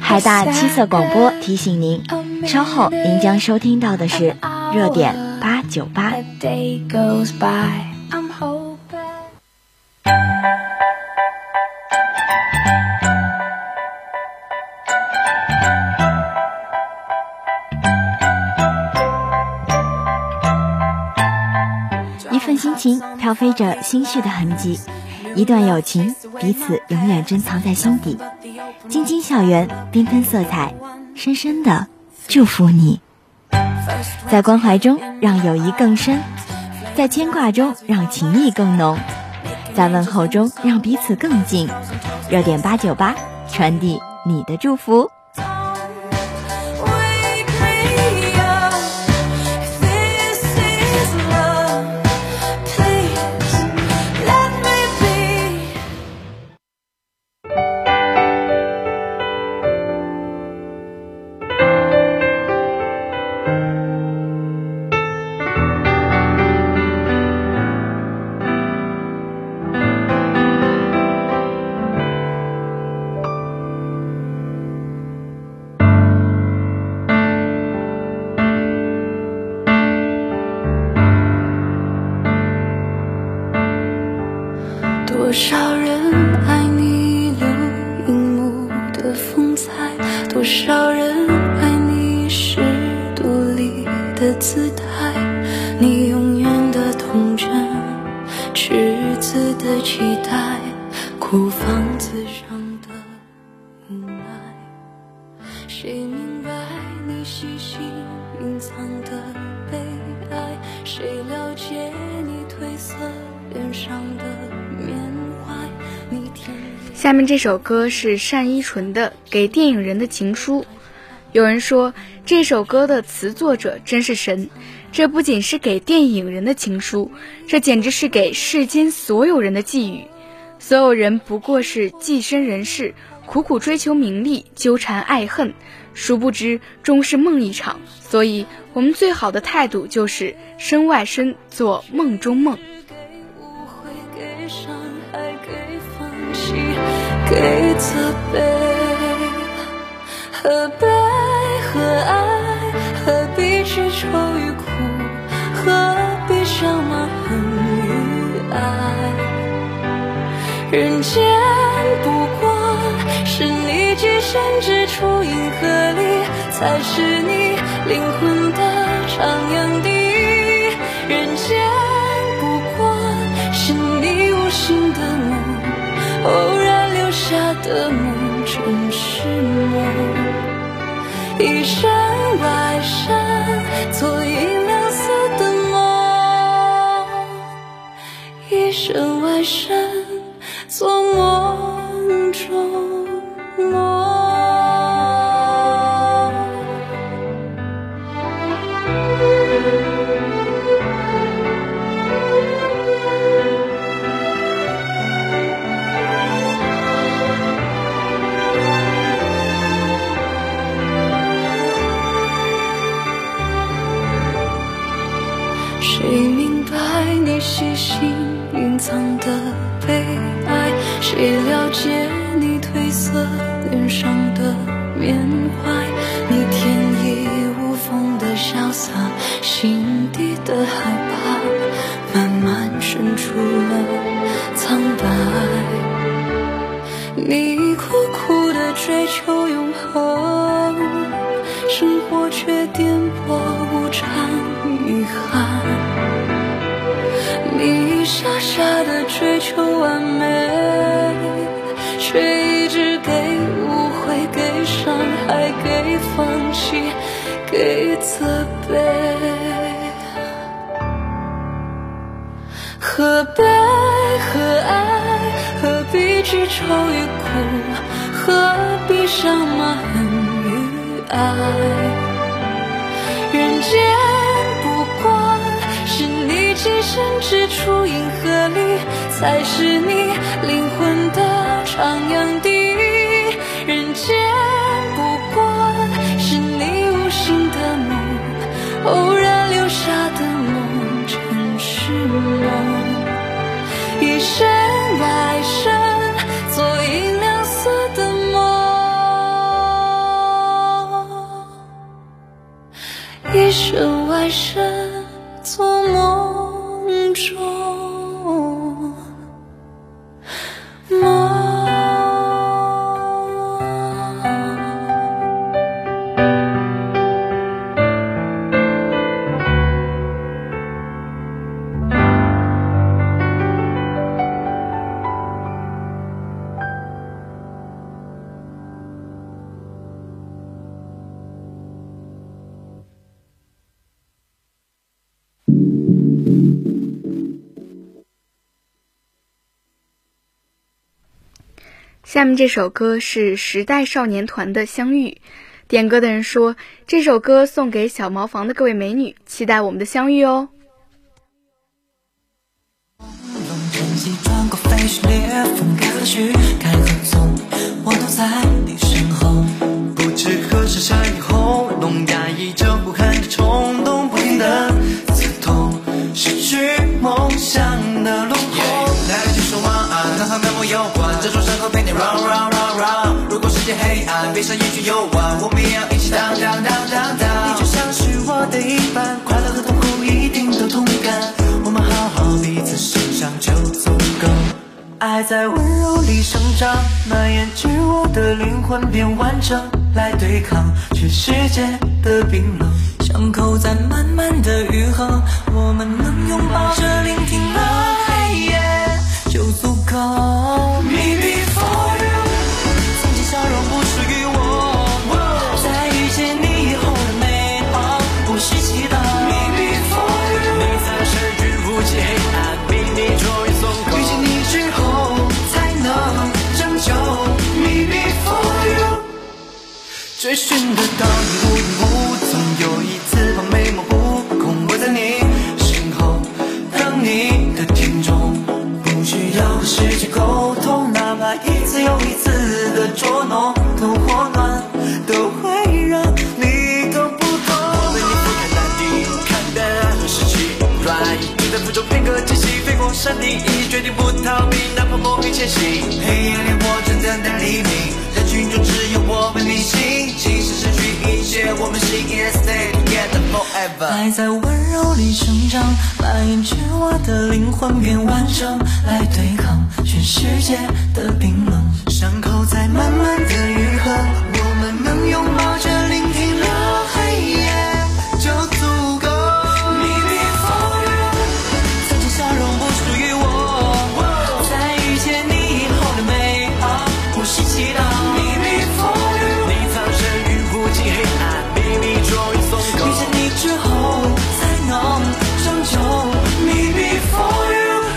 海大七色广播提醒您，稍后您将收听到的是热点898。一份心情飘飞着心绪的痕迹，一段友情彼此永远珍藏在心底。晶晶校园，缤纷色彩，深深的祝福你。在关怀中让友谊更深，在牵挂中让情谊更浓，在问候中让彼此更近。热点898，传递你的祝福。 多少人爱你留荧幕的风采，多少人爱你是独立的姿态，你永远的童真，赤子的期待，哭房子上的无奈，谁明白你细心隐藏的悲哀，谁了解你褪色脸上的缅怀。 下面这首歌是单依纯的《给电影人的情书》。有人说这首歌的词作者真是神，这不仅是给电影人的情书，这简直是给世间所有人的寄语。所有人不过是寄生人世，苦苦追求名利，纠缠爱恨，殊不知终是梦一场。所以我们最好的态度就是身外身，做梦中梦。 给责备，何悲何爱，何必去愁与苦，何必想骂恨与爱。人间不过是你寄身之处，银河里才是你灵魂的徜徉地。人间不过是你无心的梦，偶然留下的梦真是梦，一生外身做银亮色的梦，一生外身做梦中梦。谁明白你细心隐藏的悲哀，谁了解你褪色脸上的缅怀，你天衣无缝的潇洒，心底的害怕慢慢渗出了苍白，你苦苦的追求永恒，生活却颠簸无常遗憾，你傻傻的追求完美，却一直给误会，给伤害，给放弃，给责备。何悲何爱，何必去愁与苦，何必想骂恨与爱。人间不过是你寄身之处，银河里才是你灵魂的徜徉地。人间不过是你无心的梦，偶然留下的梦真是梦，一身外身做银亮色的梦。 里身外身，做梦中梦。 下面这首歌是时代少年团的《相遇》，点歌的人说这首歌送给小茅房的各位美女，期待我们的相遇哦。 西穿过飞雪裂缝，开和序，开和踪，我都在你身后。不知何时下以后，弄压抑着不堪的冲动，不停的刺痛，失去梦想的轮廓。来得及说晚安，和和梦有关，这种身后陪你 run run run run。如果世界黑暗，闭上眼去游玩，我们也要一起荡荡荡荡荡。你就像是我的一半，快乐和痛苦一定都同感。我们好好彼此欣赏就足够。爱在温柔里生长，蔓延至我的灵魂变完整，来对抗全世界的冰冷。伤口在慢慢的愈合，我们能拥抱着聆听了黑夜就足够。Me before you， 曾经笑容不属于我，在遇见你以后的美好不是祈祷。Me before you， 你在深居无际黑暗，秘密终于松口。遇见你之后才能拯救。Me before you， 追寻得到你无影无踪，有一次把美梦不空，我在你身后当你的听众，不需要和世界沟通，哪怕一次又一次的捉弄，冷或暖都会让你更不同。我为你俯瞰大地，看淡和失去软，就在风中片刻间隙，飞过山顶，已决定不逃避，哪怕梦里前行。黑夜里我正等待黎明，人群中只有我们逆行，即使失去一切，我们心依然 stay together forever。爱在温柔里生长，蔓延至我的灵魂变完整，来对抗全世界的冰冷。伤口在慢慢的愈合，我们能拥抱着聆听了黑夜就足够。Me before you， 曾经笑容不属于我，在遇见你以后的美好不是祈祷。Me before you， 你藏身于无尽黑暗，秘密终于松口。遇见你之后才能拯救。Me before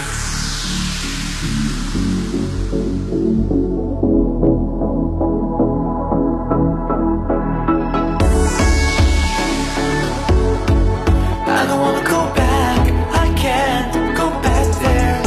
you。I don't wanna go back, I can't go back there。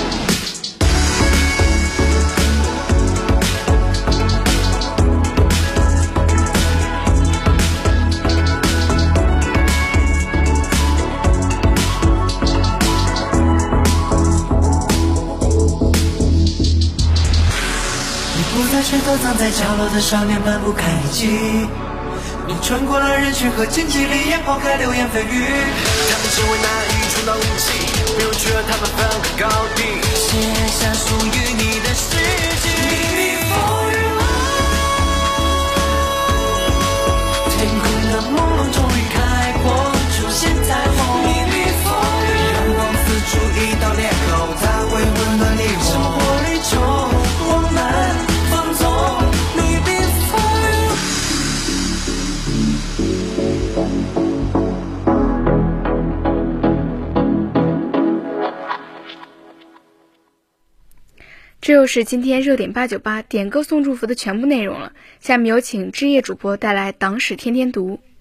你不再是躲藏在角落的少年，本不堪一击。你穿过了人群和荆棘里，也抛开流言蜚语。他们成为那一冲到武器，不用去和他们分个高低，写下属于你的世纪。Before you， 天空的朦胧终于开阔，出现彩虹。Before you， 阳光刺出一道裂口，它会温暖你我。生活里中我们放纵。Me before you。 这又是今天热点898点歌送祝福的全部内容了。下面有请知夜主播带来党史天天读。